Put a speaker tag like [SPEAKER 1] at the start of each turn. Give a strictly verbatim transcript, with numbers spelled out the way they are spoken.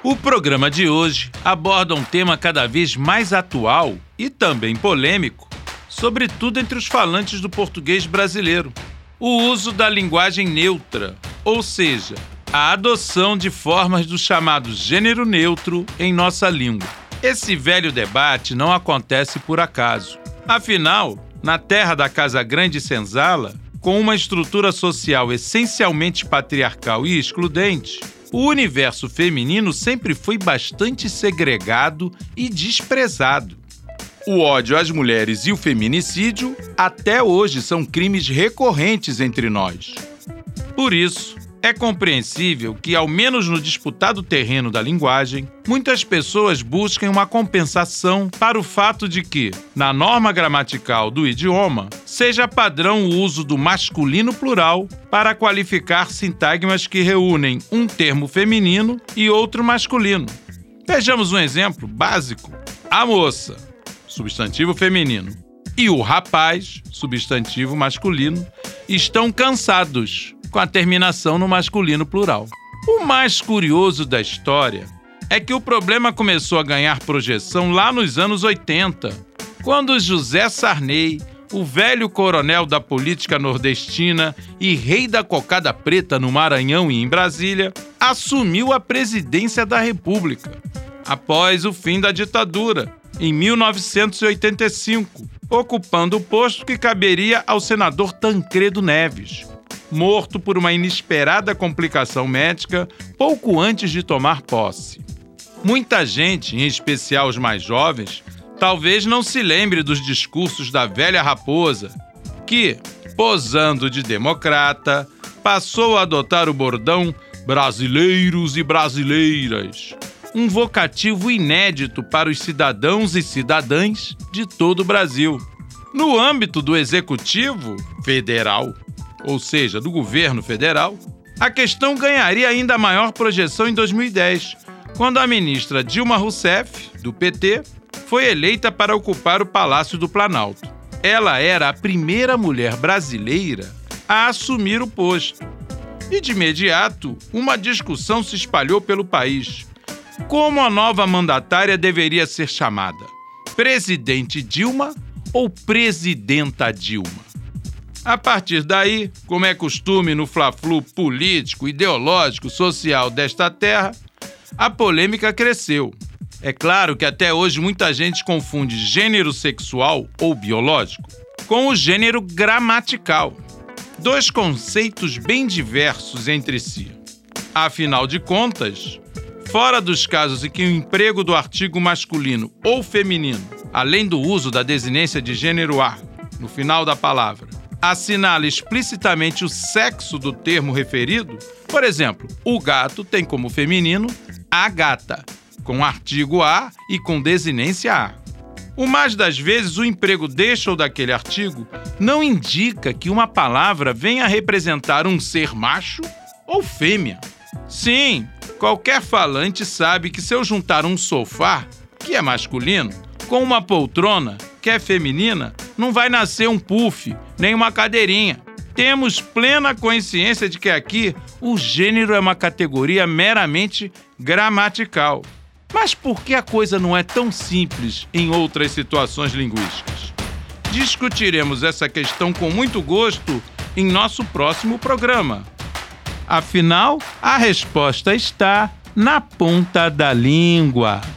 [SPEAKER 1] O programa de hoje aborda um tema cada vez mais atual e também polêmico, sobretudo entre os falantes do português brasileiro: o uso da linguagem neutra, ou seja, a adoção de formas do chamado gênero neutro em nossa língua. Esse velho debate não acontece por acaso. Afinal, na terra da Casa Grande e Senzala, com uma estrutura social essencialmente patriarcal e excludente, o universo feminino sempre foi bastante segregado e desprezado. O ódio às mulheres e o feminicídio até hoje são crimes recorrentes entre nós. Por isso, é compreensível que, ao menos no disputado terreno da linguagem, muitas pessoas busquem uma compensação para o fato de que, na norma gramatical do idioma, seja padrão o uso do masculino plural para qualificar sintagmas que reúnem um termo feminino e outro masculino. Vejamos um exemplo básico: a moça, substantivo feminino, e o rapaz, substantivo masculino, estão cansados, com a terminação no masculino plural. O mais curioso da história é que o problema começou a ganhar projeção lá nos anos oitenta, quando José Sarney, o velho coronel da política nordestina e rei da cocada preta no Maranhão e em Brasília, assumiu a presidência da República, após o fim da ditadura, em mil novecentos e oitenta e cinco, ocupando o posto que caberia ao senador Tancredo Neves, morto por uma inesperada complicação médica pouco antes de tomar posse. Muita gente, em especial os mais jovens, talvez não se lembre dos discursos da velha raposa, que, posando de democrata, passou a adotar o bordão "brasileiros e brasileiras", um vocativo inédito para os cidadãos e cidadãs de todo o Brasil. No âmbito do Executivo Federal, ou seja, do governo federal, a questão ganharia ainda maior projeção em dois mil e dez, quando a ministra Dilma Rousseff, do P T, foi eleita para ocupar o Palácio do Planalto. Ela era a primeira mulher brasileira a assumir o posto. E, de imediato, uma discussão se espalhou pelo país. Como a nova mandatária deveria ser chamada? Presidente Dilma ou Presidenta Dilma? A partir daí, como é costume no fla-flu político, ideológico, social desta terra, a polêmica cresceu. É claro que até hoje muita gente confunde gênero sexual ou biológico com o gênero gramatical, dois conceitos bem diversos entre si. Afinal de contas, fora dos casos em que o emprego do artigo masculino ou feminino, além do uso da desinência de gênero a no final da palavra, assinala explicitamente o sexo do termo referido, por exemplo, o gato tem como feminino a gata, com artigo a e com desinência a. O mais das vezes, o emprego deste ou daquele artigo não indica que uma palavra venha a representar um ser macho ou fêmea. Sim, qualquer falante sabe que se eu juntar um sofá, que é masculino, com uma poltrona, que é feminina, não vai nascer um puff, nem uma cadeirinha. Temos plena consciência de que aqui o gênero é uma categoria meramente gramatical. Mas por que a coisa não é tão simples em outras situações linguísticas? Discutiremos essa questão com muito gosto em nosso próximo programa. Afinal, a resposta está na ponta da língua.